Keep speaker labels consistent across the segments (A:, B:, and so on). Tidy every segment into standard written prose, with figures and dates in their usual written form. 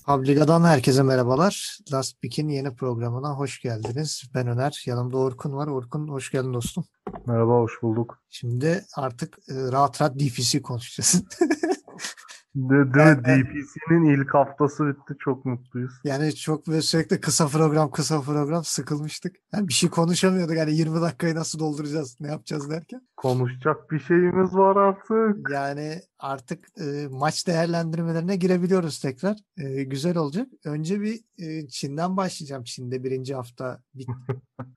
A: Publica'dan herkese merhabalar. Last Pick'in yeni programına hoş geldiniz. Ben Öner, yanımda Orkun var. Orkun hoş geldin dostum.
B: Merhaba, hoş bulduk.
A: Şimdi artık rahat rahat DPC konuşacağız.
B: Değil
A: Yani,
B: mi? DPC'nin ilk haftası bitti. Çok mutluyuz.
A: yani çok böyle sürekli kısa program sıkılmıştık. Yani bir şey konuşamıyorduk. Yani 20 dakikayı nasıl dolduracağız, ne yapacağız derken.
B: Konuşacak bir şeyimiz var artık.
A: Yani artık maç değerlendirmelerine girebiliyoruz tekrar. Güzel olacak. Önce bir Çin'den başlayacağım. Çin'de birinci hafta bitti.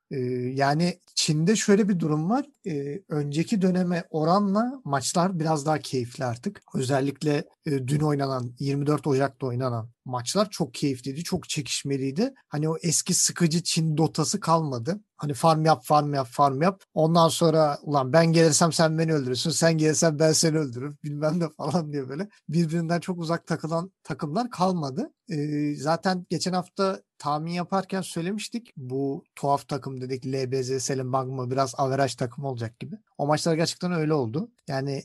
A: Yani Çin'de şöyle bir durum var. Önceki döneme oranla maçlar biraz daha keyifli artık. Özellikle dün oynanan 24 Ocak'ta oynanan maçlar çok keyifliydi, çok çekişmeliydi. Hani o eski sıkıcı Çin dotası kalmadı. Hani farm yap, farm yap, farm yap. Ondan sonra ulan ben gelirsem sen beni öldürürsün, sen gelirsen ben seni öldürürüm bilmem ne falan diye böyle birbirinden çok uzak takılan takımlar kalmadı. Zaten geçen hafta tahmin yaparken söylemiştik. Bu tuhaf takım dedik. LBZ, Selim Magma biraz averaj takım olacak gibi. O maçlar gerçekten öyle oldu. Yani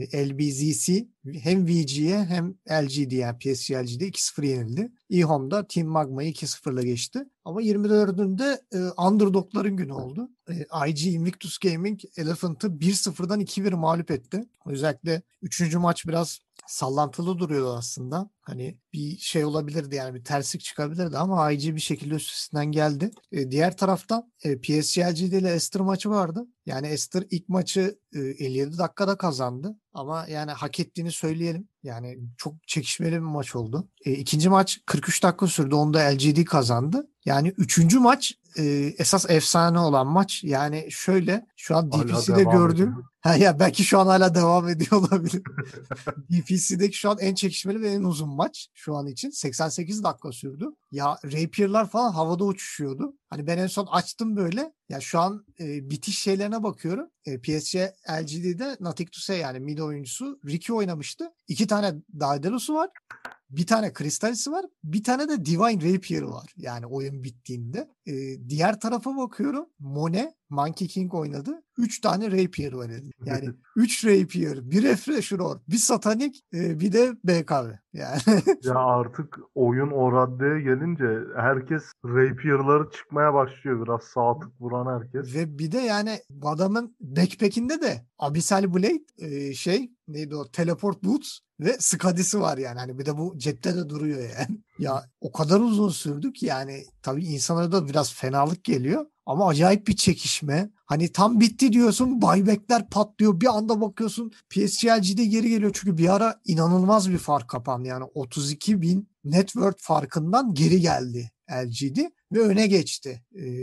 A: LBZC hem VG'ye hem LGD yani PSG LGD 2-0 yenildi. eHome'da Team Magma'yı 2-0'la geçti. Ama 24'ünde underdogların günü oldu. IG Invictus Gaming Elephant'ı 1-0'dan 2-1 mağlup etti. Özellikle 3. maç biraz sallantılı duruyordu aslında. Hani bir şey olabilirdi yani bir terslik çıkabilirdi ama IG bir şekilde üstesinden geldi. Diğer taraftan PSG ile Esther maçı vardı. Yani Esther ilk maçı 57 dakikada kazandı. Ama yani hak ettiğini söyleyelim. Yani çok çekişmeli bir maç oldu. İkinci maç 43 dakika sürdü. Onda LGD kazandı. Yani üçüncü maç esas efsane olan maç. Yani şöyle şu an
B: Hala
A: DPC'de
B: devam
A: gördüğüm
B: ediyor.
A: ha ya belki şu an hala devam ediyor olabilir. DPC'deki şu an en çekişmeli ve en uzun maç şu an için. 88 dakika sürdü. Ya Rapier'lar falan havada uçuşuyordu. Hani ben en son açtım böyle. Ya şu an bitiş şeylerine bakıyorum. PSG LGD'de Natik yani mid oyuncusu Ricky oynamıştı. 2 tane Daedalus'u var. Bir tane Crystal'si var. Bir tane de Divine Rapier var. Yani oyun bittiğinde. Diğer tarafa bakıyorum. Monkey King oynadı. 3 tane Rapier var elinde. Yani 3 Rapier, bir Refresher Orb, bir Satanik, bir de BKB. Yani
B: Ya artık oyun o raddeye gelince herkes rapier'ları çıkmaya başlıyor. Biraz sağ tık vuran herkes.
A: ve bir de yani adamın backpack'inde de Abyssal Blade neydi o Teleport Boots ve Skadis'i var yani. Hani bir de bu cepte de duruyor yani. Ya o kadar uzun sürdü ki yani tabii insana da biraz fenalık geliyor. Ama acayip bir çekişme. Hani tam bitti diyorsun buyback'ler patlıyor. Bir anda bakıyorsun PSG'de geri geliyor. Çünkü bir ara inanılmaz bir fark kapandı. Yani 32 bin network farkından geri geldi LGD ve öne geçti.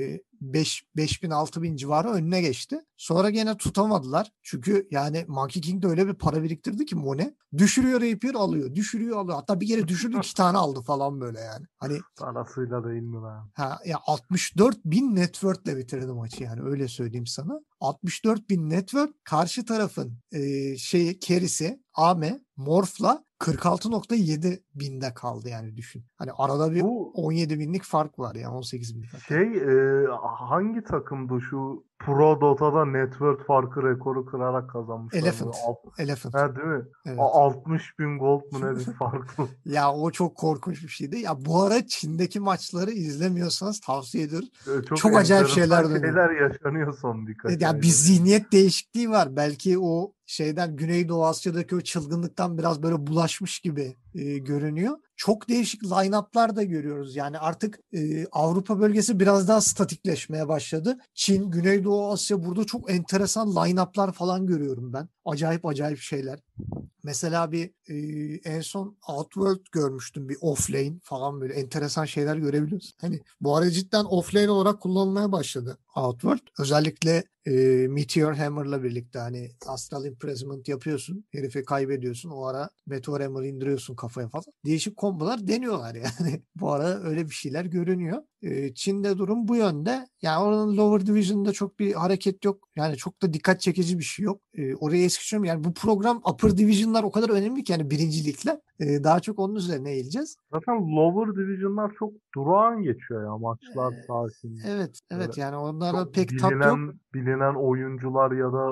A: 5000 6000 civarı önüne geçti. Sonra gene tutamadılar. Çünkü yani Monkey King de öyle bir para biriktirdi ki Mone. Düşürüyor Rapier alıyor. Düşürüyor alıyor. Hatta bir kere düşürdü 2 tane aldı falan böyle yani. Hani
B: Parasıyla değil mi lan?
A: ya 64 bin network'le bitirdi maçı yani öyle söyleyeyim sana. 64 bin network karşı tarafın carry'si Ame Morph'la 46,7 binde kaldı yani düşün. Hani arada bir
B: Bu
A: 17 binlik fark var ya 18 binlik hatta.
B: şey hangi takımdı şu Pro Dota'da network farkı rekoru kırarak kazanmışlar böyle
A: Elephant. Elephant.
B: ha değil mi?
A: Evet.
B: 60 bin gold mu ne bir farklı.
A: Ya o çok korkunç bir şeydi. Ya bu ara Çin'deki maçları izlemiyorsanız tavsiye ediyorum.
B: Çok
A: Çok acayip
B: enteresan
A: şeyler dönüyor.
B: şeyler yaşanıyor son birkaç
A: Yani bir
B: aydır.
A: zihniyet değişikliği var. Belki o şeyden Güneydoğu Asya'daki o çılgınlıktan biraz böyle bulaşmış gibi görünüyor. Çok değişik line-up'lar da görüyoruz. Yani artık Avrupa bölgesi biraz daha statikleşmeye başladı. Çin, Güneydoğu Asya burada çok enteresan line-up'lar falan görüyorum ben. Acayip acayip şeyler. Mesela en son Outworld görmüştüm bir offlane falan böyle enteresan şeyler görebiliyoruz. Hani bu arada cidden offlane olarak kullanılmaya başladı Outworld. Özellikle Meteor Hammer'la birlikte hani Astral Imprisonment yapıyorsun. Herifi kaybediyorsun. O ara Meteor Hammer indiriyorsun kafaya falan. Değişik kombolar deniyorlar yani. Bu ara öyle bir şeyler görünüyor. Çin'de durum bu yönde. Yani oranın Lower Division'da çok bir hareket yok. Yani çok da dikkat çekici bir şey yok. Oraya es geçiyorum. Yani bu program Upper Division'lar o kadar önemli ki yani birincilikle daha çok onun üzerine eğileceğiz.
B: Zaten lower division'lar çok durağan geçiyor ya maçlar
A: E,
B: sakin.
A: evet
B: Böyle
A: evet yani onlarda
B: çok
A: pek tat yok.
B: bilinen oyuncular ya da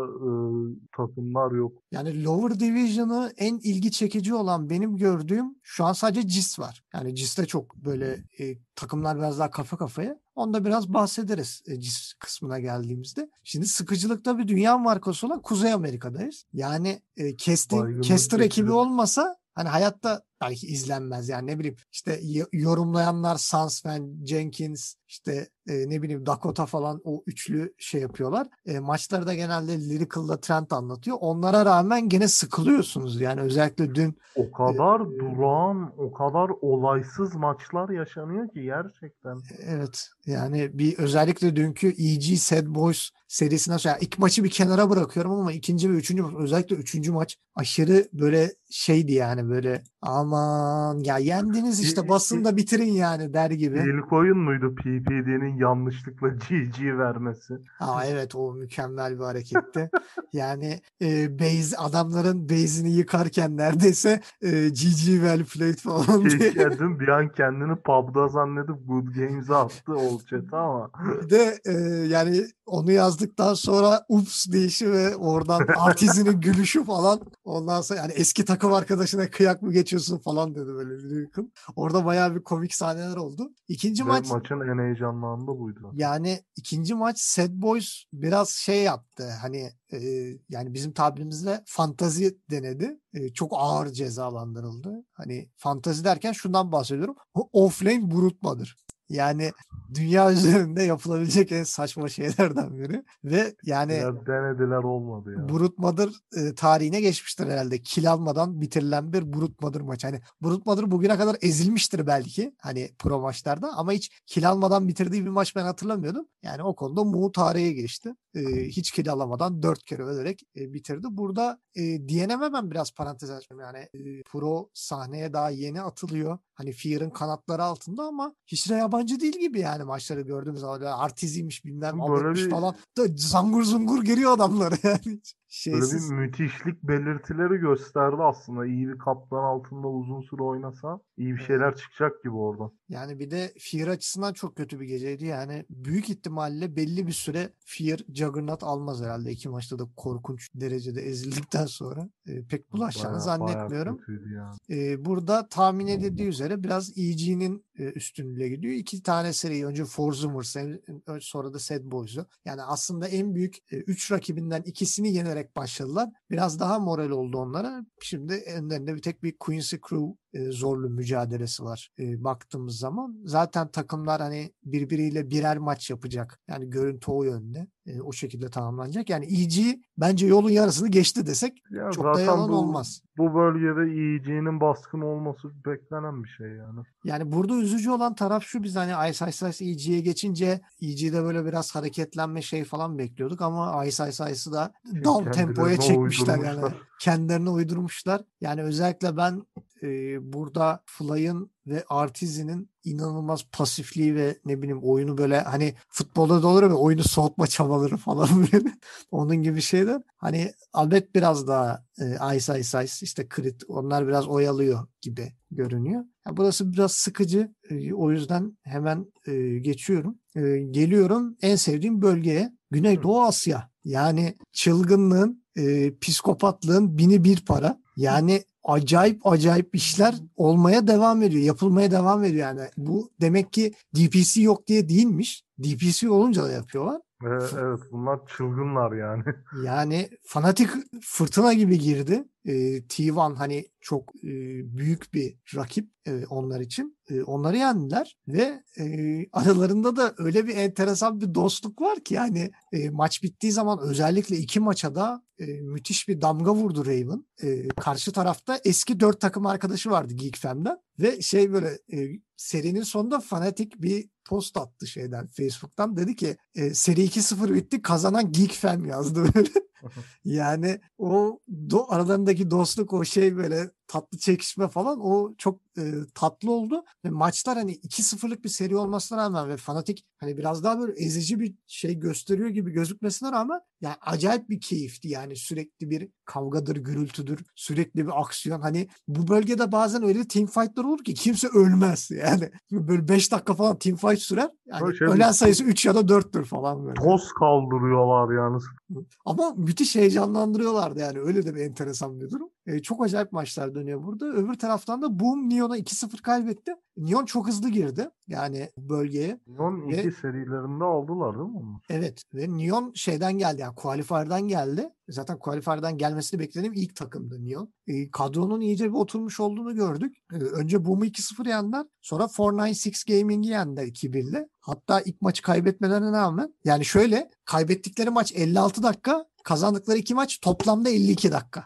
B: takımlar yok.
A: Yani Lower Division'ı en ilgi çekici olan benim gördüğüm şu an sadece CIS var. Yani CIS'te çok böyle takımlar biraz daha kafa kafaya. Onda biraz bahsederiz CIS kısmına geldiğimizde. Şimdi sıkıcılıkta bir dünya markası olan Kuzey Amerika'dayız. Yani
B: Baygınlık
A: caster ekibi
B: geçirip
A: olmasa hani hayatta belki izlenmez yani ne bileyim işte yorumlayanlar Sans Van Jenkins işte ne bileyim Dakota falan o üçlü şey yapıyorlar. Maçları da genelde Lyrical'la Trent anlatıyor. Onlara rağmen gene sıkılıyorsunuz yani özellikle dün
B: o
A: e,
B: kadar durağan, o kadar olaysız maçlar yaşanıyor ki gerçekten.
A: evet yani bir özellikle dünkü EG Sad Boys serisine sonra ilk maçı bir kenara bırakıyorum ama ikinci ve üçüncü maç özellikle üçüncü maç aşırı böyle şeydi yani böyle aman ya yendiniz işte
B: İ-
A: basın
B: i-
A: da bitirin yani der gibi.
B: İlk oyun muydu PPD'nin yanlışlıkla GG vermesi?
A: Aa, evet o mükemmel bir hareketti. Yani base adamların base'ini yıkarken neredeyse GG well played falan diye.
B: Keşke bir an kendini pub'da zannedip Good Games'e attı ol chat'e ama
A: Bir de yani onu yazdıktan sonra ups deyişi ve oradan Artizi'nin gülüşü falan. Ondan sonra yani eski takım arkadaşına kıyak mı geçiyorsun falan dedi böyle Lincoln. Orada bayağı bir komik sahneler oldu. İkinci
B: ve
A: maç
B: maçın en heyecanlı da buydu zaten.
A: yani ikinci maç Sad Boys biraz şey yaptı. Hani yani bizim tabirimizle fantazi denedi. Çok ağır cezalandırıldı. Hani fantazi derken şundan bahsediyorum. Offlane Brutma'dır. Yani dünya üzerinde yapılabilecek en saçma şeylerden biri. Ve yani
B: Ya denediler olmadı ya.
A: Brut Mother tarihine geçmiştir herhalde. Kill almadan bitirilen bir Brut Mother maçı. Hani Brut Mother bugüne kadar ezilmiştir belki. Hani pro maçlarda ama hiç kill almadan bitirdiği bir maç ben hatırlamıyordum. Yani o konuda Mu tarihe geçti. Hiç kill alamadan 4 kere ölerek bitirdi. Burada DNM'e ben biraz parantez açayım. Yani pro sahneye daha yeni atılıyor. Hani Fear'ın kanatları altında ama hiç de yabancı değil gibi yani maçları gördüğümüz zaman. Artiziymiş bilmem
B: Böyle
A: Abetmiş
B: bir
A: falan. Da zangur zungur geliyor adamları yani.
B: böyle bir
A: Şeysiz.
B: müthişlik belirtileri gösterdi aslında. İyi bir kaplan altında uzun süre oynasa iyi bir
A: Evet.
B: şeyler çıkacak gibi oradan.
A: Yani bir de Fear açısından çok kötü bir geceydi. Yani büyük ihtimalle belli bir süre Fear Juggernaut almaz herhalde. İki maçta da korkunç derecede ezildikten sonra. Pek bulaşacağını
B: Bayağı
A: zannetmiyorum.
B: kötüydü yani.
A: Burada tahmin edildiği üzere biraz EG'nin üstünlüğüyle gidiyor. İki tane seri önce Forzumers sonra da Sad Boys'u. Yani aslında en büyük 3 rakibinden ikisini yenerek başladılar. Biraz daha moral oldu onlara. Şimdi önlerinde bir tek bir Quincy Crew zorlu mücadelesi var baktığımız zaman. Zaten takımlar hani birbiriyle birer maç yapacak. Yani görüntü o yönde. O şekilde tamamlanacak. Yani EG bence yolun yarısını geçti desek
B: Ya
A: çok da
B: zaten
A: yalan
B: bu
A: olmaz.
B: bu bölgede EEG'nin baskın olması beklenen bir şey yani.
A: Yani burada üzücü olan taraf şu biz hani Ice Ice Ice EG'ye geçince EG'de böyle biraz hareketlenme şey falan bekliyorduk ama Ice Ice Ice'ı da down tempoya
B: Kendilerine
A: çekmişler yani.
B: uydurmuşlar.
A: Kendilerine uydurmuşlar. Yani özellikle ben burada Fly'ın ve Artizi'nin inanılmaz pasifliği ve ne bileyim oyunu böyle hani futbolda da olur ya oyunu soğutma çabaları falan böyle. Onun gibi şeyler. Hani Albert biraz daha Ice Ice Ice işte Crit onlar biraz oyalıyor gibi görünüyor. Ya burası biraz sıkıcı. O yüzden hemen geçiyorum. Geliyorum en sevdiğim bölgeye. Güneydoğu Asya. Yani çılgınlığın, psikopatlığın bini bir para. Yani acayip acayip işler olmaya devam ediyor. Yapılmaya devam ediyor yani. Bu demek ki DPC yok diye değilmiş. DPC olunca da yapıyorlar.
B: Evet, bunlar çılgınlar yani.
A: Yani fanatik fırtına gibi girdi. T1 hani çok büyük bir rakip onlar için. Onları yendiler ve aralarında da öyle bir enteresan bir dostluk var ki yani maç bittiği zaman özellikle iki maça da müthiş bir damga vurdu Raven. Karşı tarafta eski 4 takım arkadaşı vardı Geek Fem'den ve şey böyle serinin sonunda fanatik bir post attı şeyden Facebook'tan. Dedi ki seri 2-0 bitti kazanan Geek Fem yazdı böyle. Yani o aralarındaki dostluk o şey böyle tatlı çekişme falan o çok tatlı oldu. Ve maçlar hani 2-0'lık bir seri olmasına rağmen ve Fnatic hani biraz daha böyle ezici bir şey gösteriyor gibi gözükmesine rağmen yani acayip bir keyifti. Yani sürekli bir kavgadır, gürültüdür, sürekli bir aksiyon. Hani bu bölgede bazen öyle teamfight'lar olur ki kimse ölmez. Yani böyle 5 dakika falan teamfight sürer. Yani
B: Böyle
A: ölen sayısı 3 ya da 4'tür falan böyle.
B: toz kaldırıyorlar yani.
A: Ama müthiş heyecanlandırıyorlardı yani. Öyle de bir enteresan bir durum. Çok acayip maçlar dönüyor burada. Öbür taraftan da Boom Neon'a 2-0 kaybetti. Neon çok hızlı girdi yani bölgeye.
B: Neon
A: Ve
B: iki serilerinde aldılar değil mi onlar?
A: evet ve Neon şeyden geldi yani Qualifier'dan geldi. Zaten Qualifier'dan gelmesini beklediğim ilk takımdı Neon. Kadronun iyice bir oturmuş olduğunu gördük. Önce Boom'u 2-0 yendiler. Sonra 496 Gaming'i yendiler 2-1'le. Hatta ilk maçı kaybetmelerine rağmen yani şöyle kaybettikleri maç 56 dakika, kazandıkları iki maç toplamda 52 dakika.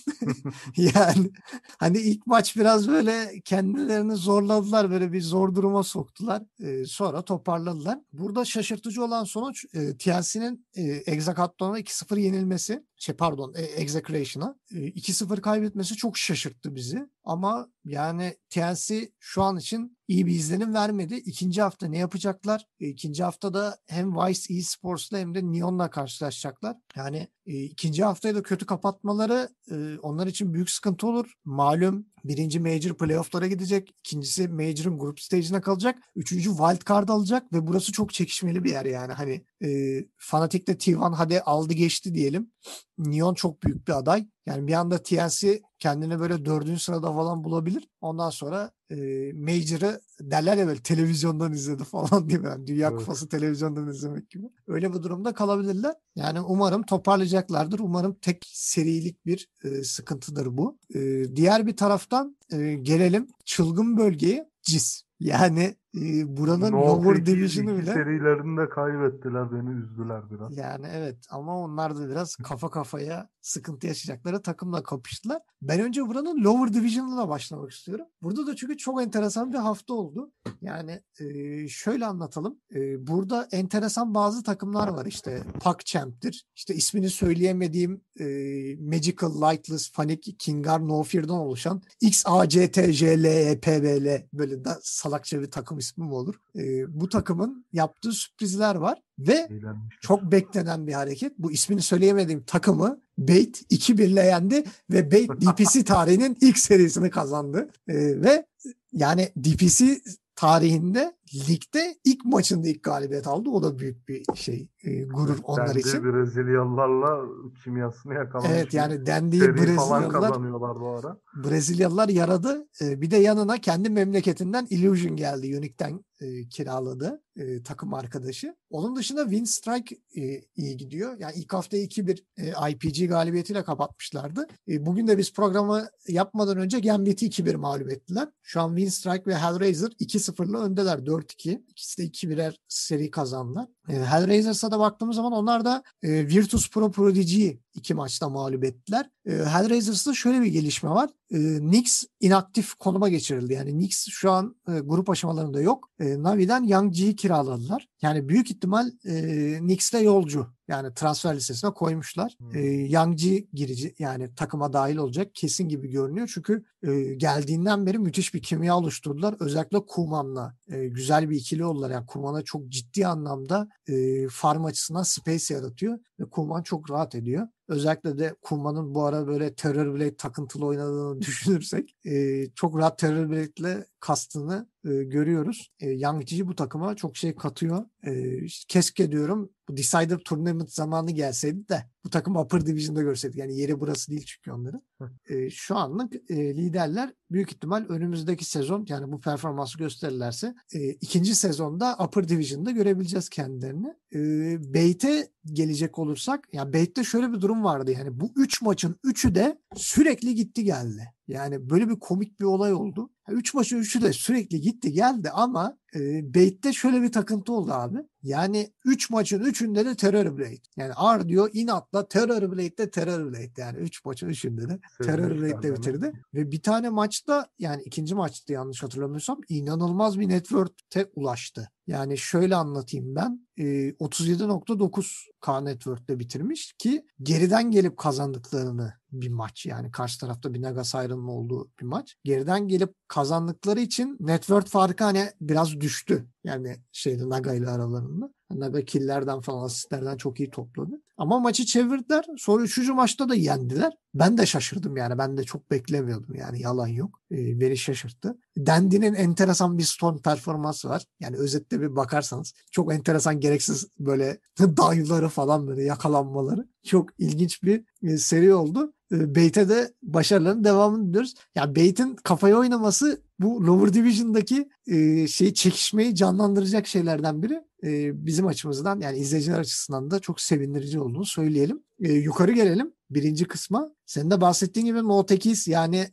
A: Yani hani ilk maç biraz böyle kendilerini zorladılar, böyle bir zor duruma soktular. Sonra toparladılar. Burada şaşırtıcı olan sonuç TLC'nin Execration'a 2-0 yenilmesi. Execration'a 2-0 kaybetmesi çok şaşırttı bizi. Ama yani TLC şu an için iyi bir izlenim vermedi. İkinci hafta ne yapacaklar? İkinci haftada hem Vice Esports'la hem de Neon'la karşılaşacaklar. Yani ikinci haftayı da kötü kapatmaları onlar için büyük sıkıntı olur. Malum birinci Major playoff'lara gidecek. İkincisi Major'ın grup stage'ine kalacak. Üçüncü wild card alacak ve burası çok çekişmeli bir yer yani. Hani Fnatic'te T1 hadi aldı geçti diyelim. Neon çok büyük bir aday. Yani bir anda TNC kendini böyle 4. sırada falan bulabilir. Ondan sonra Major'ı derler ya böyle televizyondan izledi falan diye. Yani Dünya
B: Evet.
A: Kupası televizyondan izlemek gibi. Öyle bir durumda kalabilirler. Yani umarım toparlayacaklardır. Umarım tek serilik bir sıkıntıdır bu. Diğer bir taraftan gelelim çılgın bölgeye CIS. Yani buranın
B: No
A: lower
B: 8
A: division'ı
B: iki
A: bile
B: serilerinde de kaybettiler. Beni üzdüler biraz.
A: yani evet ama onlar da biraz kafa kafaya sıkıntı yaşayacakları takımla kapıştılar. Ben önce buranın Lower Division'la başlamak istiyorum. Burada da çünkü çok enteresan bir hafta oldu. Yani şöyle anlatalım. Burada enteresan bazı takımlar var işte. PacChamp'tir. İşte ismini söyleyemediğim Magical, Lightless, Fnatic, Kingar, No Fear'dan oluşan XACTJLEPBL böyle da salakça bir takım ismi mi olur? Bu takımın yaptığı sürprizler var. Ve
B: Eğlenmişler.
A: çok beklenen bir hareket. Bu ismini söyleyemediğim takımı Bait 2-1'le yendi ve Bait DPC tarihinin ilk serisini kazandı. Ve yani DPC tarihinde ligde ilk maçında ilk galibiyet aldı. O da büyük bir şey, gurur onlar
B: Dendi
A: için.
B: Brezilyalılarla kimyasını yakalamış.
A: Evet yani dendiği
B: Seri falan
A: Brezilyalılar
B: kazanıyorlar bu ara.
A: Brezilyalılar yaradı. Bir de yanına kendi memleketinden Illusion geldi. Unique'den kiraladı takım arkadaşı. Onun dışında Winstrike iyi gidiyor. Yani ilk haftayı 2-1 IPG galibiyetiyle kapatmışlardı. Bugün de biz programı yapmadan önce Gambit'i 2-1 mağlup ettiler. Şu an Winstrike ve Hellraiser 2-0'la öndeler. 4-2. İkisi de 2-1'er seri kazandılar. Hellraiser'sa da baktığımız zaman onlar da Virtus Pro Prodigy'yi 2 maçta mağlup ettiler. Hellraisers'da şöyle bir gelişme var. Nyx inaktif konuma geçirildi. Yani Nyx şu an grup aşamalarında yok. Navi'den Yang Ji'yi kiraladılar. Yani büyük ihtimal Nyx'le yolcu. Yani transfer listesine koymuşlar. Yang Ji girici yani takıma dahil olacak kesin gibi görünüyor. Çünkü geldiğinden beri müthiş bir kimya oluşturdular. Özellikle Kuman'la güzel bir ikili oldular. Yani Kuman'a çok ciddi anlamda farm açısından space yaratıyor. Ve Kuman çok rahat ediyor. Özellikle de Kuman'ın bu ara böyle Terror Blade takıntılı oynadığını düşünürsek çok rahat Terror Blade'le kastığını görüyoruz. Yang Ji bu takıma çok şey katıyor. Keşke diyorum bu Decider Tournament zamanı gelseydi de bu takım Upper Division'da görseydik. Yani yeri burası değil çünkü onların. Şu anlık liderler büyük ihtimal önümüzdeki sezon yani bu performansı gösterirlerse ikinci sezonda Upper Division'da görebileceğiz kendilerini. Bait'e gelecek olursak ya Bait'te şöyle bir durum vardı yani bu 3 maçın 3'ü de sürekli gitti geldi. Yani böyle bir komik bir olay oldu. 3 maçın 3'ü de sürekli gitti geldi ama Bait'te şöyle bir takıntı oldu abi. Yani 3 maçın 3'ünde de Terror Blade. Yani R diyor inatla Terror Blade'de Terror Blade. Yani 3 maçın 3'ünde de Terror Blade'de bitirdi. Ve bir tane maçta yani ikinci maçtı yanlış hatırlamıyorsam inanılmaz bir network'te ulaştı. Yani şöyle anlatayım ben. 37.9K net worth'te bitirmiş ki geriden gelip kazandıklarını bir maç, yani karşı tarafta bir Naga Siren'ın olduğu bir maç. Geriden gelip kazandıkları için net worth farkı hani biraz düştü. Yani Naga ile aralarında. Naga kill'lerden falan, asistlerden çok iyi topladı. Ama maçı çevirdiler. Sonra 3. maçta da yendiler. Ben de şaşırdım yani. Ben de çok beklemiyordum yani, yalan yok. Beni şaşırttı. Dandy'nin enteresan bir Storm performansı var. Yani özette bir bakarsanız çok enteresan, gereksiz böyle dive'ları falan, böyle yakalanmaları. Çok ilginç bir seri oldu. Bate'e de başarıların devamını diliyoruz. Yani Bate'in kafaya oynaması bu Lower Division'daki çekişmeyi canlandıracak şeylerden biri. Bizim açımızdan, yani izleyiciler açısından da çok sevindirici olduğunu söyleyelim. Yukarı gelelim birinci kısma. Senin de bahsettiğin gibi No Techies, yani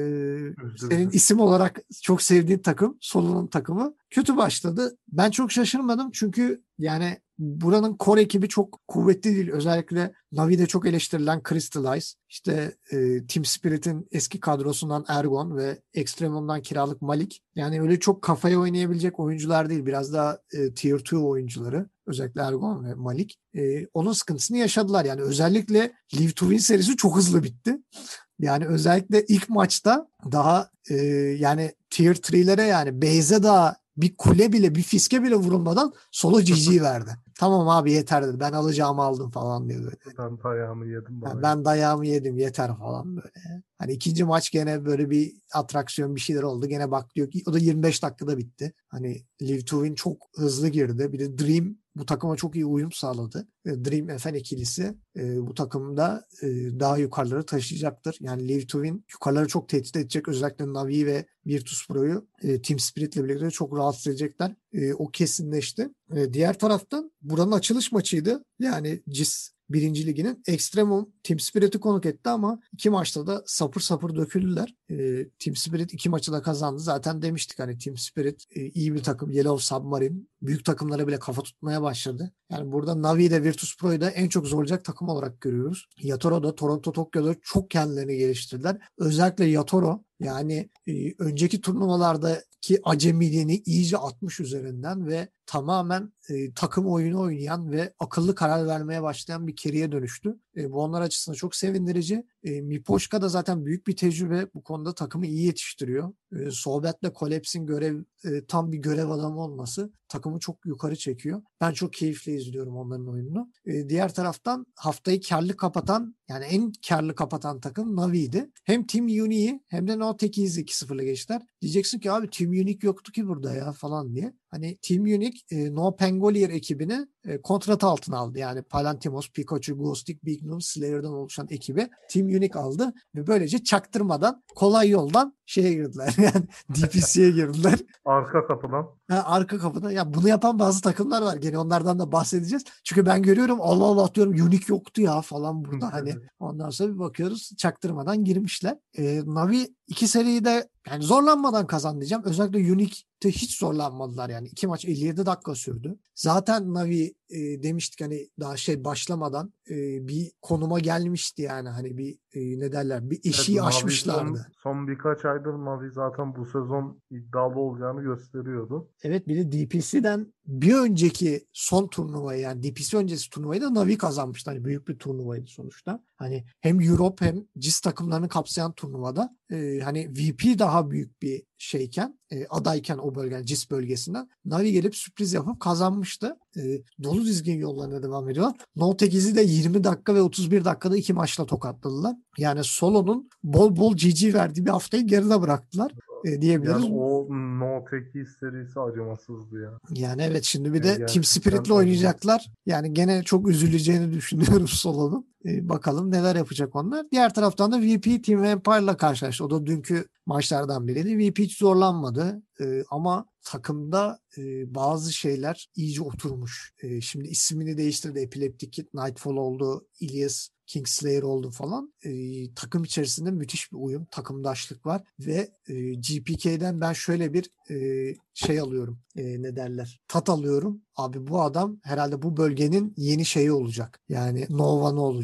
A: senin isim olarak çok sevdiğin takım, Solo'nun takımı kötü başladı. Ben çok şaşırmadım çünkü yani buranın core ekibi çok kuvvetli değil. Özellikle Navi'de çok eleştirilen Crystallize, işte Team Spirit'in eski kadrosundan Ergon ve Extreme'dan kiralık Malik. Yani öyle çok kafaya oynayabilecek oyuncular değil. Biraz daha Tier 2 oyuncuları. Özellikle Ergon ve Malik. Onun sıkıntısını yaşadılar. Yani özellikle Live to Win serisi çok hızlı bitti. Yani özellikle ilk maçta daha yani Tier 3'lere, yani base'e daha bir kule bile, bir fiske bile vurulmadan Solo GG verdi. Tamam abi yeter dedi. Ben alacağımı aldım falan diyor böyle.
B: Ben dayağımı yedim.
A: Yani ben dayağımı yedim yeter falan böyle. Hani ikinci maç gene böyle bir atraksiyon, bir şeyler oldu. Gene bak diyor ki o da 25 dakikada bitti. Hani Live to Win çok hızlı girdi. Bir de Dream bu takıma çok iyi uyum sağladı. Dream FN ikilisi bu takımda daha yukarıları taşıyacaktır. Yani Live to Win yukarıları çok tehdit edecek. Özellikle Navi ve Virtus Pro'yu Team Spirit'le birlikte çok rahatsız edecekler. O kesinleşti. Diğer taraftan buranın açılış maçıydı. Yani CIS Birinci Ligi'nin Extremum Team Spirit'i konuk etti ama iki maçta da sapır sapır döküldüler. Team Spirit iki maçı da kazandı. Zaten demiştik hani Team Spirit iyi bir takım. Yellow Submarine büyük takımlara bile kafa tutmaya başladı. Yani burada Navi ile Virtus Pro'yu da en çok zorlayacak takım olarak görüyoruz. Yatoro da Toronto Tokyo'da çok kendilerini geliştirdiler. Özellikle Yatoro, yani önceki turnuvalardaki acemiliğini iyice atmış üzerinden ve tamamen takım oyunu oynayan ve akıllı karar vermeye başlayan bir carry'e dönüştü. Bu onlar açısından çok sevindirici. Mipoşka da zaten büyük bir tecrübe. Bu konuda takımı iyi yetiştiriyor. Sohbetle Collapse'in tam bir görev adamı olması takımı çok yukarı çekiyor. Ben çok keyifle izliyorum onların oyununu. Diğer taraftan haftayı karlı kapatan, yani en karlı kapatan takım Navi'ydi. Hem Team Unique'i hem de No Techies'i 2-0'la geçtiler. Diyeceksin ki abi Team Unique yoktu ki burada ya falan diye. Hani Team Unique No Pangolier ekibini kontrat altına aldı. Yani Palantimos, Pikachu, Ghostic, Bignum, Slayer'dan oluşan ekibi Team Unique aldı ve böylece çaktırmadan kolay yoldan şeye girdiler. Yani DPC'ye girdiler.
B: Arka kapıdan.
A: Arka kapıda. Ya bunu yapan bazı takımlar var. Gene onlardan da bahsedeceğiz. Çünkü ben görüyorum, Allah Allah diyorum, Unique yoktu ya falan burada. Hani ondan sonra bir bakıyoruz çaktırmadan girmişler. Navi iki seriyi de yani zorlanmadan kazandı diyeceğim. Özellikle Unique'de hiç zorlanmadılar yani. İki maç 57 dakika sürdü. Zaten Navi demiştik hani daha başlamadan bir konuma gelmişti yani, hani bir ne derler, bir eşiği
B: Evet,
A: aşmışlardı.
B: son birkaç aydır Navi zaten bu sezon iddialı olacağını gösteriyordu.
A: Evet, bir de DPC'den bir önceki son turnuvayı, yani DPC öncesi turnuvayı da Navi kazanmıştı. Hani büyük bir turnuvaydı sonuçta. Hani hem Europe hem CIS takımlarını kapsayan turnuvada hani VP daha büyük bir şeyken, adayken o bölgenin CIS bölgesinden Navi gelip sürpriz yapıp kazanmıştı. Dolu dizgin yollarına devam ediyorlar. No Techies'i de 20 dakika ve 31 dakikada iki maçla tokatladılar. Yani Solo'nun bol bol GG verdiği bir haftayı geride bıraktılar diyebiliriz.
B: Yani o No Techies serisi acımasızdı ya.
A: Yani evet, şimdi bir de
B: Yani
A: Team Spirit'le oynayacaklar. Yani gene çok üzüleceğini düşünüyorum Solo'nun. Bakalım neler yapacak onlar. Diğer taraftan da VP Team Vampire'la karşılaştı. O da dünkü maçlardan biriydi. VP hiç zorlanmadı. Ama takımda bazı şeyler iyice oturmuş. Şimdi ismini değiştirdi. Epileptic Kid, Nightfall oldu. Ilias Kingslayer oldu falan. Takım içerisinde müthiş bir uyum, takımdaşlık var ve GPK'den ben şöyle bir şey alıyorum. Ne derler? Tat alıyorum. Abi bu adam herhalde bu bölgenin yeni şeyi olacak. Yani Nova ne olacak?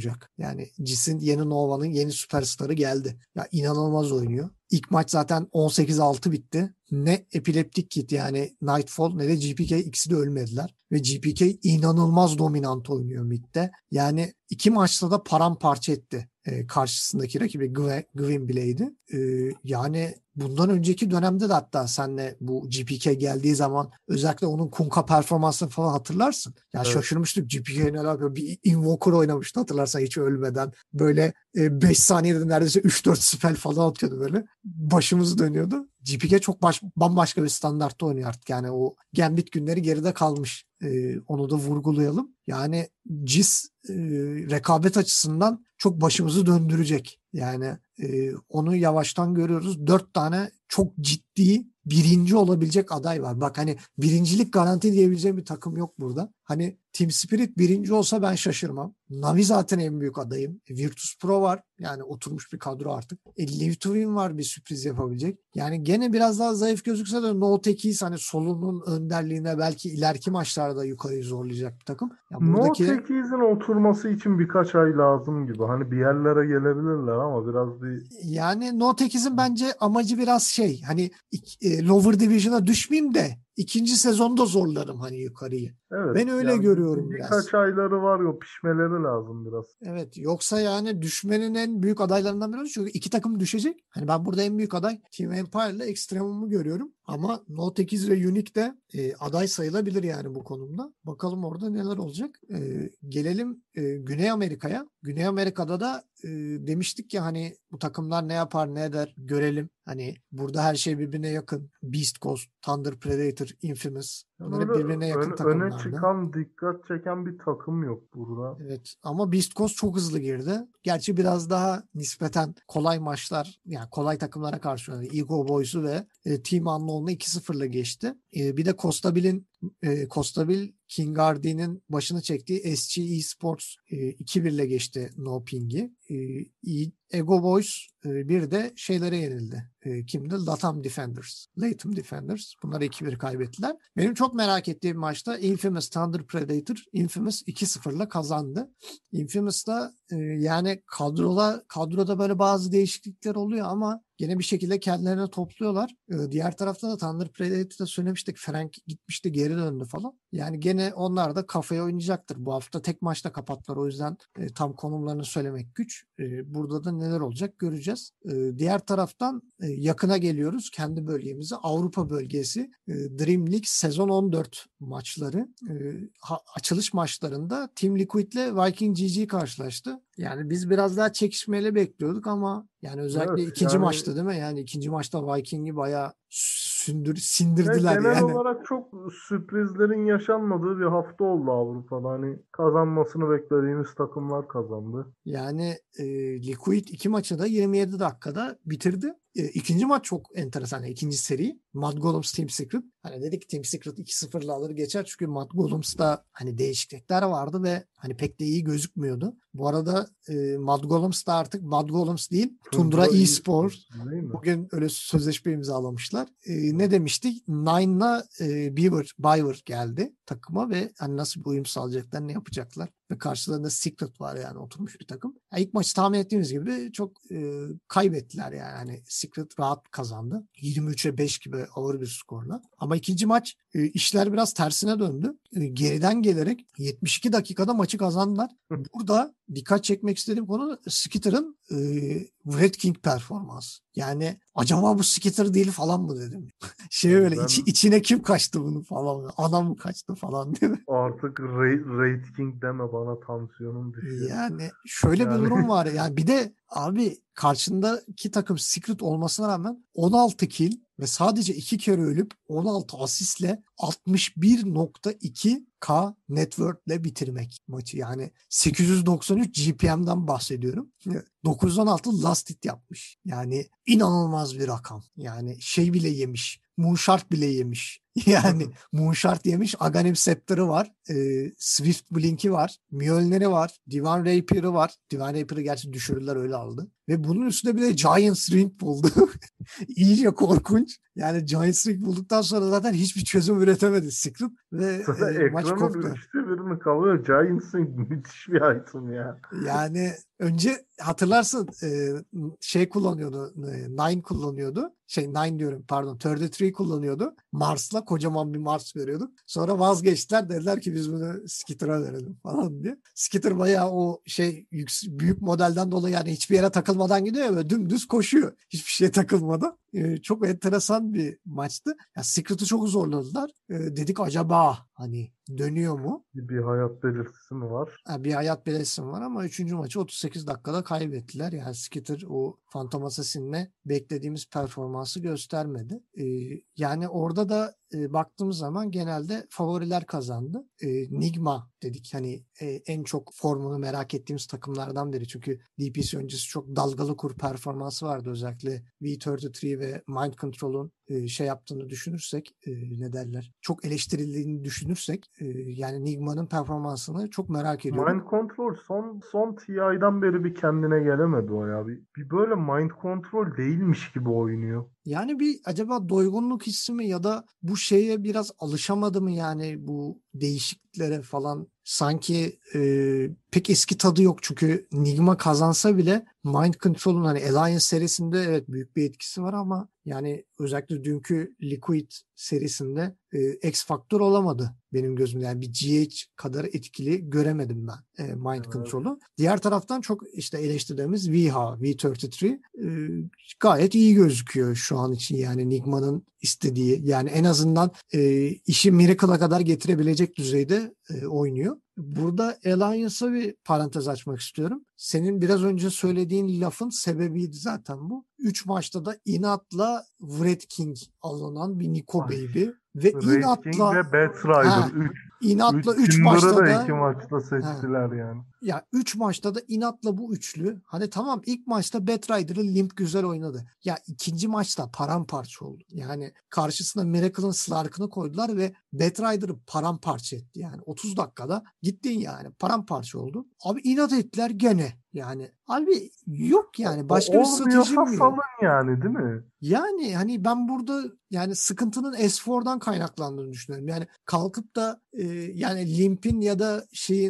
A: olacak. Yani Cis'in yeni Nova'nın yeni süperstarı geldi. Ya inanılmaz oynuyor. İlk maç zaten 18-6 bitti. Ne Epileptic Kid yani Nightfall ne de GPK ikisi de ölmediler. Ve GPK inanılmaz dominant oynuyor midde. Yani iki maçta da paramparça etti karşısındaki rakibi Gwyn Blade'i. Yani bundan önceki dönemde de hatta senle bu GPK geldiği zaman özellikle onun Kunkka performansını falan hatırlarsın. Ya
B: Evet.
A: şaşırmıştık, GPK'nin alakalı bir Invoker oynamıştı hatırlarsan hiç ölmeden. Böyle 5 saniyede neredeyse 3-4 spell falan atıyordu böyle. Başımız dönüyordu. GPK çok bambaşka bir standartta oynuyor artık. Yani o Gambit günleri geride kalmış. Onu da vurgulayalım. Yani CIS rekabet açısından çok başımızı döndürecek. Yani onu yavaştan görüyoruz. 4 tane çok ciddi birinci olabilecek aday var. Bak hani birincilik garanti diyebileceğim bir takım yok burada. Hani Team Spirit birinci olsa ben şaşırmam. Navi zaten en büyük adayım. Virtus Pro var. Yani oturmuş bir kadro artık. Live to Win var bir sürpriz yapabilecek. Yani gene biraz daha zayıf gözükse de No Techies hani Solo'nun önderliğine belki ileriki maçlarda yukarıyı zorlayacak bir takım. Ya
B: No
A: buradaki
B: Techies'in oturması için birkaç ay lazım gibi. Hani bir yerlere gelebilirler ama biraz bir
A: yani No Techies'in bence amacı biraz şey hani Lower Division'a düşmeyeyim de ikinci sezonda zorlarım hani yukarıyı.
B: evet
A: Ben öyle
B: yani
A: görüyorum biraz.
B: birkaç ayları var ya pişmeleri lazım biraz.
A: Evet yoksa yani düşmenin en büyük adaylarından biri. Çünkü iki takım düşecek. Hani ben burada en büyük aday Team Empire ile Extremum'u görüyorum. Ama No 8 ve Unique de aday sayılabilir yani bu konumda. Bakalım orada neler olacak. Gelelim Güney Amerika'ya. Güney Amerika'da da demiştik ya hani bu takımlar ne yapar ne eder görelim. Hani burada her şey birbirine yakın. Beast Coast, Thunder Predator, Infamous.
B: Yani
A: Bunlar hep
B: öyle
A: birbirine yakın
B: öne
A: takımlarda.
B: çıkan, dikkat çeken bir takım yok burada.
A: Evet ama Beast Coast çok hızlı girdi. Gerçi biraz daha nispeten kolay maçlar yani kolay takımlara karşı oynadı. Ego Boys'u ve Team Unknown'u 2-0'la geçti. Bir de Costabil King Hardy'nin başını çektiği SG Esports 2-1 ile geçti No Ping'i. Ego Boys bir de şeylere yenildi. Kimdi? Latham Defenders. Bunları 2-1 kaybettiler. Benim çok merak ettiğim maçta Infamous Thunder Predator Infamous 2-0'la kazandı. Infamous'ta yani kadroda böyle bazı değişiklikler oluyor ama gene bir şekilde kendilerine topluyorlar. Diğer tarafta da Thunder Predator'da söylemiştik. Frank gitmişti geri döndü falan. Yani gene onlar da kafaya oynayacaktır. Bu hafta tek maçta kapattılar. O yüzden tam konumlarını söylemek güç. Burada da neler olacak göreceğiz. Diğer taraftan yakına geliyoruz. Kendi bölgemize. Avrupa bölgesi. Dream League sezon 14 maçları. Açılış maçlarında Team Liquid ile Viking GG karşılaştı. Yani biz biraz daha çekişmeli bekliyorduk ama yani özellikle
B: Evet
A: ikinci
B: yani
A: maçta değil mi? Yani ikinci maçta Viking'i bayağı
B: ve
A: sindirdiler
B: genel
A: yani.
B: olarak çok sürprizlerin yaşanmadığı bir hafta oldu Avrupa'da. Hani kazanmasını beklediğimiz takımlar kazandı.
A: Yani Liquid iki maçı da 27 dakikada bitirdi. İkinci maç çok enteresan. Yani ikinci seri. Mad Golems Team Secret. Hani dedik ki Team Secret 2-0'la alır geçer. Çünkü Mad Golems'ta hani değişiklikler vardı ve hani pek de iyi gözükmüyordu. Bu arada Mad Golems da artık Mad Golems değil Tundra
B: Tundra
A: eSport.
B: değil mi?
A: Bugün öyle sözleşme imzalamışlar. Ne demiştik? Nine'la Beaver geldi takıma ve hani nasıl bir uyum sağlayacaklar, ne yapacaklar? Ve karşılarında Secret var yani oturmuş bir takım. Yani ilk maçı tahmin ettiğimiz gibi çok kaybettiler yani. Hani Secret rahat kazandı. 23'e 5 gibi ağır bir skorla. Ama ikinci maç işler biraz tersine döndü. Geriden gelerek 72 dakikada maçı kazandılar. Burada dikkat çekmek istediğim konu Skitter'ın Red King performansı. Yani acaba bu Skitter değil falan mı dedim. Öyle
B: Ben
A: içine kim kaçtı bunu falan. Adam mı kaçtı falan değil mi?
B: artık rating deme bana, tansiyonum düşüyor.
A: Yani şöyle bir
B: Yani
A: durum var. Yani bir de abi karşındaki takım Secret olmasına rağmen 16 kill ve sadece 2 kere ölüp 16 asistle 61.2K network'le bitirmek maçı. Yani 893 GPM'den bahsediyorum. 916 last hit yapmış. Yani inanılmaz bir rakam. Yani şey bile yemiş. Moonshard bile yemiş. Yani Moonshard yemiş. Aghanim Scepter'ı var. Swift Blink'i var. Mjolnir'i var. Divine Rapier'ı var. Divine Rapier'ı gerçi düşürürler öyle aldı. Ve bunun üstüne bir de Giants Ring buldu. iyice korkunç. Yani Giants League bulduktan sonra zaten hiçbir çözüm üretemedi Secret ve
B: Zaten
A: maç
B: ekranın
A: koptu.
B: 1/3 kalıyor. Giants'ın müthiş bir item ya.
A: Yani önce hatırlarsın şey kullanıyordu. Nine kullanıyordu. Nine diyorum pardon. 33 kullanıyordu. Mars'la kocaman bir Mars veriyorduk. Sonra vazgeçtiler. Dediler ki biz bunu Skitter'a verelim falan diye. Skitter bayağı o büyük modelden dolayı yani hiçbir yere takılmadan gidiyor ya böyle dümdüz koşuyor. Hiçbir şeye takılmadan. Çok enteresan bir maçtı. Ya Secret'ı çok zorladılar. Dedik acaba hani dönüyor mu?
B: Bir hayat belirtisi mi var?
A: Bir hayat belirtisi var ama 3. maçı 38 dakikada kaybettiler. Yani Skitter o Phantom Assassin'le beklediğimiz performansı göstermedi. Yani orada da baktığımız zaman genelde favoriler kazandı. Nigma dedik hani en çok formunu merak ettiğimiz takımlardan biri. Çünkü DPS öncesi çok dalgalı kur performansı vardı özellikle V33 ve Mind Control'un yaptığını düşünürsek ne derler çok eleştirildiğini düşünürsek yani Nigma'nın performansını çok merak ediyorum.
B: Mind Control son TI'den beri bir kendine gelemedi o ya. Bir böyle Mind Control değilmiş gibi oynuyor.
A: Yani bir acaba doygunluk hissi mi ya da bu şeye biraz alışamadı mı yani bu değişikliklere falan sanki pek eski tadı yok çünkü Nigma kazansa bile Mind Control'un hani Alliance serisinde evet büyük bir etkisi var ama yani özellikle dünkü Liquid serisinde X faktör olamadı benim gözümde. Yani bir GH kadar etkili göremedim ben Mind
B: Evet.
A: Control'u. Diğer taraftan çok işte eleştirdiğimiz V33 gayet iyi gözüküyor şu an için yani Nigma'nın istediği yani en azından işi Miracle'a kadar getirebilecek düzeyde oynuyor. Burada Alliance'a bir parantez açmak istiyorum. Senin biraz önce söylediğin lafın sebebiydi zaten bu. 3 maçta da inatla Wraith King alınan bir Nico Baby ve
B: Wraith King ve Batrider 3.
A: inatla 3
B: Tinder'ı
A: maçta
B: da
A: da
B: 2 maçta seçtiler yani.
A: ya 3 maçta da inatla bu üçlü. Hani tamam ilk maçta Batrider'ı limp güzel oynadı. Ya ikinci maçta paramparça oldu. Yani karşısına Miracle'ın Slark'ını koydular ve Batrider'ı paramparça etti. Yani 30 dakikada gittin yani paramparça oldu. Abi inat ettiler gene. Yani abi yok yani başka bir stratejim
B: Olmuyorsa
A: mi
B: salın
A: yok?
B: yani değil mi?
A: Yani hani ben burada yani sıkıntının S4'dan kaynaklandığını düşünüyorum. Yani kalkıp da yani Limp'in ya da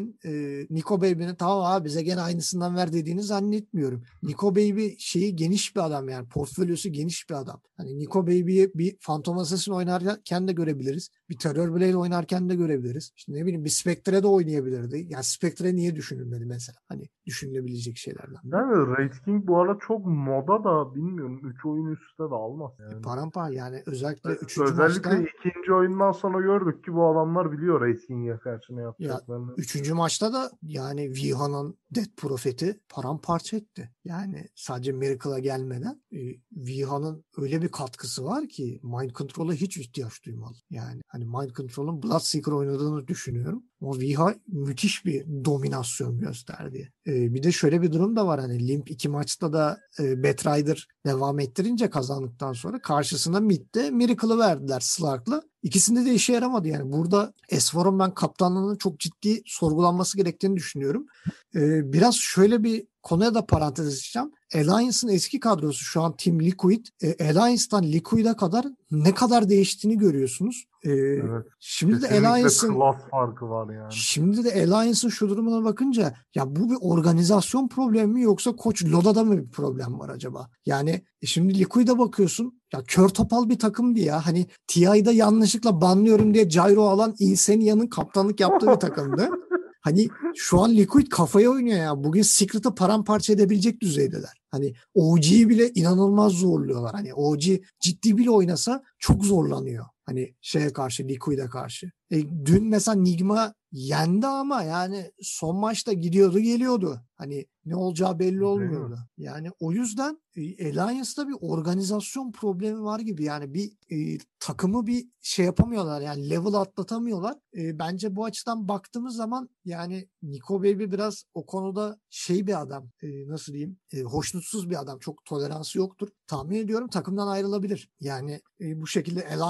A: Nico Baby'nin tamam abi bize gene aynısından ver dediğini zannetmiyorum. Nico Baby geniş bir adam yani portfolyosu geniş bir adam. Hani Nico Baby'yi bir Phantom Assassin oynarken de görebiliriz. Bir Terror Blade oynarken de görebiliriz. İşte ne bileyim bir Spectre'de de oynayabilirdi. Yani Spectre niye düşünülmedi mesela? Hani düşünülebilecek şeylerden.
B: Yani Wraith King bu ara çok moda da bilmiyorum 3 oyun üstte de almaz yani.
A: Paramparça yani özellikle 3.
B: Özellikle
A: maçta
B: ikinci oyundan sonra gördük ki bu adamlar biliyor Wraith King'e karşı ne
A: ya
B: yapacaklarını.
A: 3. maçta da yani Viha'nın Death Prophet'i paramparça etti. Yani sadece Miracle'a gelmeden Viha'nın öyle bir katkısı var ki Mind Control'a hiç ihtiyaç duymalı. Yani hani Mind Control'un Bloodseeker oynadığını düşünüyorum. O Viha müthiş bir dominasyon gösterdi. Bir de şöyle bir durum da var hani Limp 2 maçta da Batrider devam ettirince kazandıktan sonra karşısına midde Miracle'ı verdiler Slark'la. İkisinde de işe yaramadı yani. Burada Esfor'un ben kaptanlığının çok ciddi sorgulanması gerektiğini düşünüyorum. Biraz şöyle bir konuya da parantez açacağım. Alliance'ın eski kadrosu şu an Team Liquid. Alliance'dan Liquid'e kadar ne kadar değiştiğini görüyorsunuz.
B: Evet.
A: Şimdi de
B: Kesinlikle
A: Alliance'ın
B: klas farkı var yani.
A: Şimdi de Alliance'ın şu durumuna bakınca ya bu bir organizasyon problemi mi yoksa Koç Loda'da mı bir problem var acaba? Yani şimdi Liquid'e bakıyorsun ya kör topal bir takımdı ya. Hani TI'da yanlışlıkla banlıyorum diye Gyro alan Insania'nın kaptanlık yaptığı bir takımdı. Hani şu an Liquid kafaya oynuyor ya. Bugün Secret'ı paramparça edebilecek düzeydeler. Hani OG'yi bile inanılmaz zorluyorlar. Hani OG ciddi bile oynasa çok zorlanıyor. Hani karşı, Liquid'e karşı. Dün mesela Nigma yendi ama yani son maçta gidiyordu geliyordu. Hani ne olacağı belli olmuyordu. Yani o yüzden Alliance'da bir organizasyon problemi var gibi. Yani bir takımı bir yapamıyorlar. Yani level atlatamıyorlar. Bence bu açıdan baktığımız zaman yani Nico Baby biraz o konuda bir adam. Nasıl diyeyim? Hoşnutsuz bir adam. Çok toleransı yoktur. Tahmin ediyorum takımdan ayrılabilir. Yani bu şekilde Alliance'ın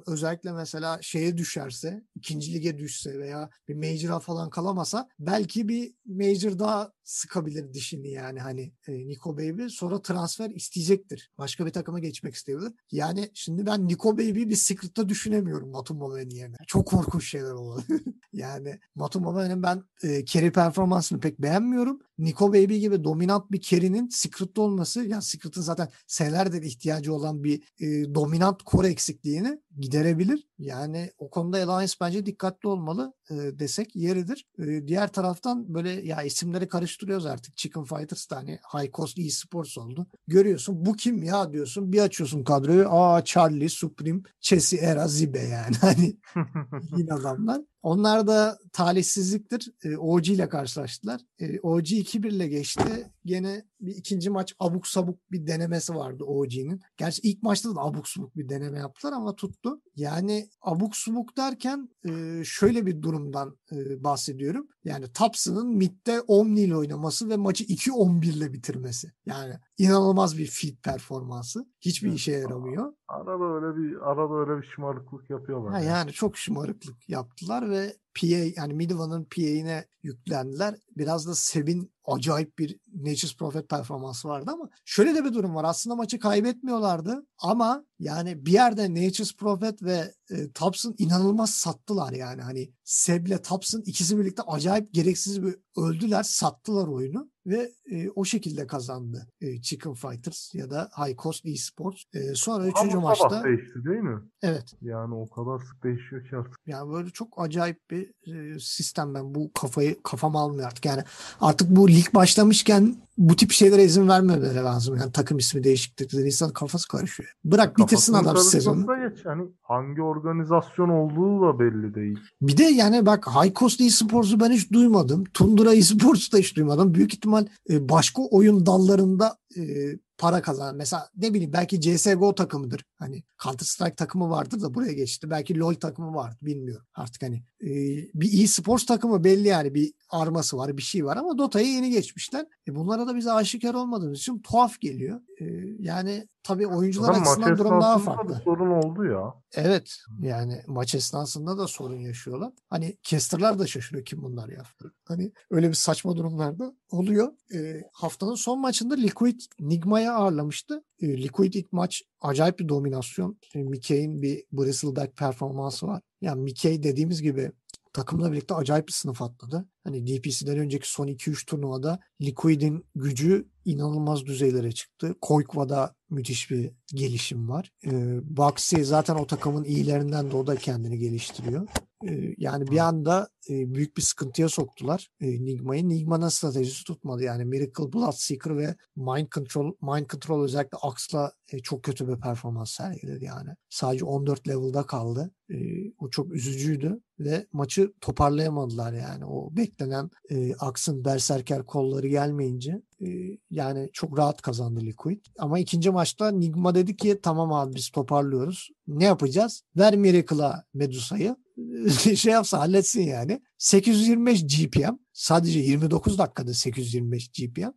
A: özellikle mesela şeye düşerse, ikinci lige düşse veya bir major'a falan kalamasa belki bir major daha sıkabilir dişini yani hani Nico Baby sonra transfer isteyecektir. Başka bir takıma geçmek isteyebilir. Yani şimdi ben Nico Baby'yi bir Secret'ta düşünemiyorum Matumbo'nun yerine. Çok korkunç şeyler olabilir. Yani Matumbo'nun ben carry performansını pek beğenmiyorum. Nico Baby gibi dominant bir carry'nin Secret'ta olması, yani Secret'ın zaten senelerdir ihtiyacı olan bir dominant core eksikliğini giderebilir. Yani o konuda Alliance bence dikkatli olmalı desek yeridir. Diğer taraftan böyle ya isimleri karıştırıyoruz artık. Chicken Fighters da hani High Cost eSports oldu. Görüyorsun bu kim ya diyorsun. Bir açıyorsun kadroyu. Charlie, Supreme, Chessy, Era, Zibe yani. Hani yine adamlar. Onlar da talihsizliktir. OG ile karşılaştılar. OG 2-1 ile geçti. Gene bir ikinci maç abuk sabuk bir denemesi vardı OG'nin. Gerçi ilk maçta da abuk sabuk bir deneme yaptılar ama tuttu. Yani abuk sabuk derken şöyle bir durumdan bahsediyorum. Yani Thompson'ın midde Omni ile oynaması ve maçı 2-11 ile bitirmesi. Yani inanılmaz bir feed performansı. Hiçbir işe yaramıyor.
B: Arada öyle bir şımarıklık yapıyorlar ya.
A: Yani çok şımarıklık yaptılar ve PA yani Midway'ın PA'ine yüklendiler. Biraz da Seb'in acayip bir Nature's Prophet performansı vardı ama şöyle de bir durum var. Aslında maçı kaybetmiyorlardı ama yani bir yerde Nature's Prophet ve Thompson inanılmaz sattılar yani. Hani Seb'le Thompson ikisi birlikte acayip gereksiz bir öldüler, sattılar oyunu ve o şekilde kazandı Chicken Fighters ya da High Coast Esports. Sonra
B: Ama
A: 3.
B: sabah
A: maçta
B: değişti değil mi?
A: evet.
B: Yani o kadar sık değişiyor ki artık.
A: Yani böyle çok acayip bir sistem, ben bu kafam almıyor artık. Yani artık bu lig başlamışken bu tip şeylere izin vermemeleri lazım. Yani takım ismi değişiklikleri insan kafası karışıyor. Bırak bitirsin
B: Kafasının
A: adam
B: karışması
A: sezonu.
B: da geç. Hani hangi organizasyon olduğu da belli değil.
A: Bir de yani bak High Coast Esports'u ben hiç duymadım. Tundra Esports'u da hiç duymadım. Büyük ihtimal başka oyun dallarında para kazanan. Mesela ne bileyim belki CSGO takımıdır. Hani Counter Strike takımı vardır da buraya geçti. Belki LoL takımı vardı bilmiyorum. Artık hani bir e-sports takımı belli yani bir arması var bir şey var ama Dota'ya yeni geçmişler. Bunlara da bize aşikar olmadığımız için tuhaf geliyor. Yani tabii oyuncular
B: Zaten maç
A: açısından durum daha
B: esnasında da bir
A: farklı.
B: sorun oldu ya.
A: Evet yani maç esnasında da sorun yaşıyorlar. Hani casterlar da şaşırıyor kim bunlar ya. Hani öyle bir saçma durumlarda oluyor. Haftanın son maçında Liquid Nigma'ya ağırlamıştı. Liquid ilk maç acayip bir dominasyon. Mickey'in bir Bristleback performansı var. Yani Mickey dediğimiz gibi takımla birlikte acayip bir sınıf atladı. Hani DPC'den önceki son 2-3 turnuvada Liquid'in gücü inanılmaz düzeylere çıktı. Koykva'da müthiş bir gelişim var. Baxi zaten o takımın iyilerinden de o da kendini geliştiriyor. Yani bir anda büyük bir sıkıntıya soktular Nigma'yı. Nigma'nın stratejisi tutmadı. Yani Miracle, Bloodseeker ve Mind Control özellikle Axe'la çok kötü bir performans sergiledi yani. Sadece 14 level'da kaldı. O çok üzücüydü ve maçı toparlayamadılar yani. O beklenen Axe'ın berserker kolları gelmeyince yani çok rahat kazandı Liquid. Ama ikinci maçta Nigma dedi ki tamam abi biz toparlıyoruz. Ne yapacağız? Ver Miracle'a Medusa'yı. Şey yapsa halletsin yani. 825 GPM. Sadece 29 dakikada 825 GPM.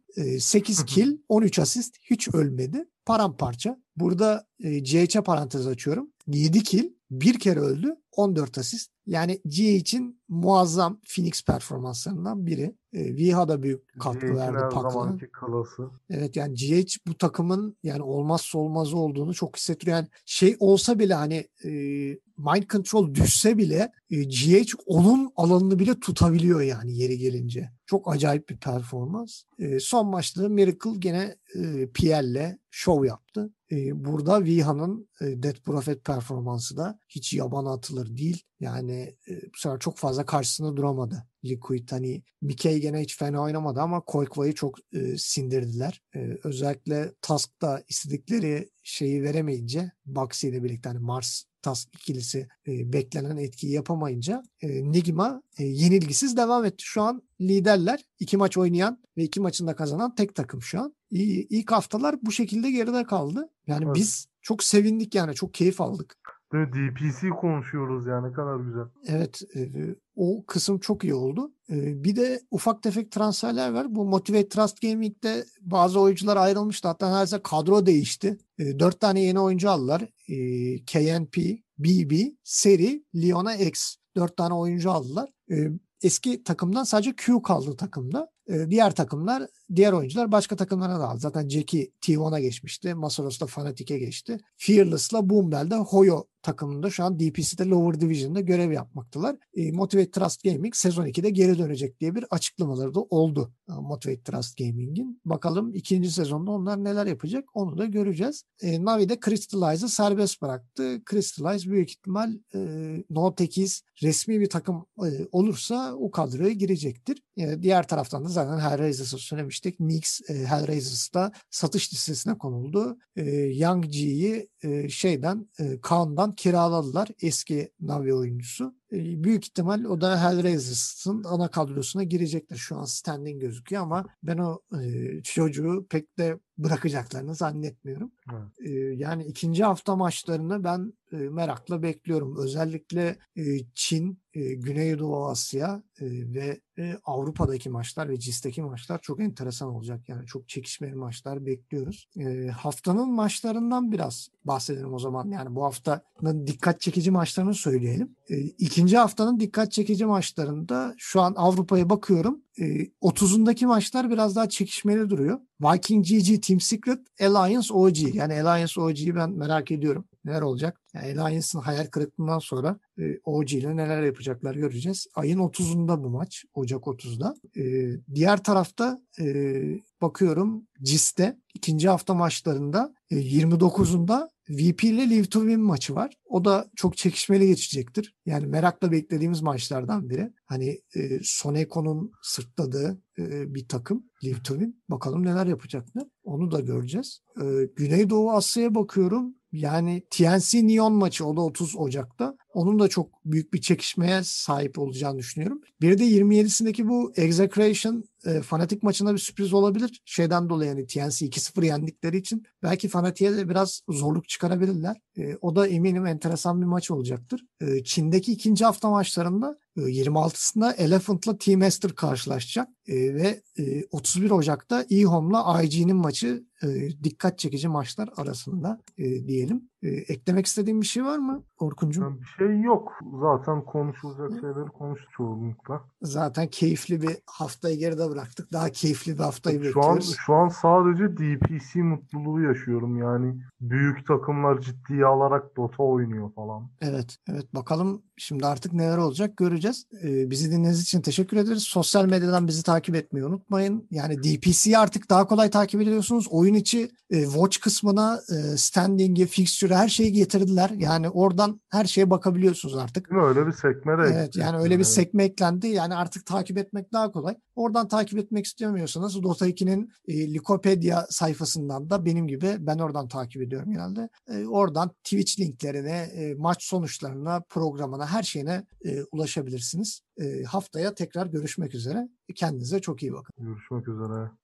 A: 8 kill, 13 asist. Hiç ölmedi. Paramparça. Burada GH'e parantez açıyorum. 7 kill. Bir kere öldü. 14 asist. Yani GH'in muazzam Phoenix performanslarından biri. Viha da büyük katkı
B: GH'in
A: verdi
B: her
A: Pak'la.
B: zamanki klası.
A: Evet yani GH bu takımın yani olmazsa olmazı olduğunu çok hissettiriyor. Yani şey olsa bile hani Mind Control düşse bile GH onun alanını bile tutabiliyor yani yeri gelince. Çok acayip bir performans. Son maçta Miracle gene PL'le şov yaptı. Burada Viha'nın Death Prophet performansı da hiç yabana atılır değil. Yani bu sefer çok fazla karşısında duramadı. Liquid hani Mickey gene hiç fena oynamadı ama Koykva'yı çok sindirdiler. Özellikle Task'ta istedikleri şeyi veremeyince Baxi ile birlikte hani Mars Task ikilisi beklenen etkiyi yapamayınca Nigma yenilgisiz devam etti. Şu an liderler. 2 maç oynayan ve 2 maçında kazanan tek takım şu an. İlk haftalar bu şekilde geride kaldı. Yani
B: Evet.
A: biz çok sevindik yani çok keyif aldık.
B: Değil mi? DPC konuşuyoruz yani ne kadar güzel.
A: Evet o kısım çok iyi oldu. Bir de ufak tefek transferler var. Bu Motivate Trust Gaming'de bazı oyuncular ayrılmıştı. Hatta neredeyse kadro değişti. 4 tane yeni oyuncu aldılar. KNP, BB, Seri, Leona X. 4 tane oyuncu aldılar. Eski takımdan sadece Q kaldı takımda. Diğer takımlar, diğer oyuncular başka takımlara da aldı. Zaten Jackie T1'a geçmişti. Masaros da Fnatic'e geçti. Fearless'la Boombell de Hoyo takımında şu an DPC'de Lower Division'da görev yapmaktalar. Motivate Trust Gaming sezon 2'de geri dönecek diye bir açıklamaları da oldu. Motivate Trust Gaming'in. Bakalım ikinci sezonda onlar neler yapacak onu da göreceğiz. Navi de Crystallize'ı serbest bıraktı. Crystallize büyük ihtimal No-Techies resmi bir takım olursa o kadroya girecektir. Diğer taraftan da zaten Hellraisers'ı söylemiştik. Nyx Hellraisers'da satış listesine konuldu. Yang Ji'yi Kaan'dan kiraladılar. Eski Navi oyuncusu. Büyük ihtimal o da Hellraisers'ın ana kadrosuna girecektir. Şu an standing gözüküyor ama ben o çocuğu pek de bırakacaklarını zannetmiyorum. Yani ikinci hafta maçlarını ben merakla bekliyorum. Özellikle Çin, Güneydoğu Asya ve Avrupa'daki maçlar ve CIS'teki maçlar çok enteresan olacak. Yani çok çekişmeli maçlar bekliyoruz. Haftanın maçlarından biraz bahsedelim o zaman. Yani bu haftanın dikkat çekici maçlarını söyleyelim. İkinci haftanın dikkat çekici maçlarında şu an Avrupa'ya bakıyorum. 30'undaki maçlar biraz daha çekişmeli duruyor. Viking GG Team Secret, Alliance OG. Yani Alliance OG'yi ben merak ediyorum. Neler olacak? Yani Alliance'ın hayal kırıklığından sonra OG ile neler yapacaklar göreceğiz. Ayın 30'unda bu maç. Ocak 30'da. Diğer tarafta bakıyorum CIS'te ikinci hafta maçlarında 29'unda VP ile Live to Win maçı var. O da çok çekişmeli geçecektir. Yani merakla beklediğimiz maçlardan biri. Hani Soneco'nun sırtladığı bir takım Live to Win. Bakalım neler yapacaklar. Onu da göreceğiz. Güneydoğu Asya'ya bakıyorum. Yani TNC Neon maçı o da 30 Ocak'ta. Onun da çok büyük bir çekişmeye sahip olacağını düşünüyorum. Bir de 27'sindeki bu Execration Fnatic maçında bir sürpriz olabilir. Şeyden dolayı yani TNC 2-0 yendikleri için belki Fnatic'e de biraz zorluk çıkarabilirler. O da eminim enteresan bir maç olacaktır. Çin'deki ikinci hafta maçlarında 26'sında Elephant'la T-Master karşılaşacak ve 31 Ocak'ta eHome'la IG'nin maçı dikkat çekici maçlar arasında diyelim. Eklemek istediğin bir şey var mı Orkuncuğum?
B: Bir şey yok. Zaten konuşulacak şeyleri konuştuk çoğunlukla.
A: Zaten keyifli bir haftayı geride bıraktık. Daha keyifli bir haftayı bekliyoruz.
B: Şu an sadece DPC mutluluğu yaşıyorum. Yani büyük takımlar ciddiye alarak Dota oynuyor falan.
A: Evet, evet. Bakalım şimdi artık neler olacak göreceğiz. Bizi dinlediğiniz için teşekkür ederiz. Sosyal medyadan bizi takip etmeyi unutmayın. Yani DPC'yi artık daha kolay takip ediyorsunuz. Oyun içi watch kısmına standing'i, fixture'ı her şeyi getirdiler. Yani oradan her şeye bakabiliyorsunuz artık.
B: Değil mi? Öyle bir sekme de
A: Evet, yani öyle bir sekme eklendi. Yani artık takip etmek daha kolay. Oradan takip etmek istemiyorsanız Dota 2'nin Likopedia sayfasından da benim gibi ben oradan takip ediyorum genelde. Oradan Twitch linklerine, maç sonuçlarına, programına, her şeyine ulaşabilirsiniz. Haftaya tekrar görüşmek üzere. Kendinize çok iyi bakın.
B: Görüşmek üzere.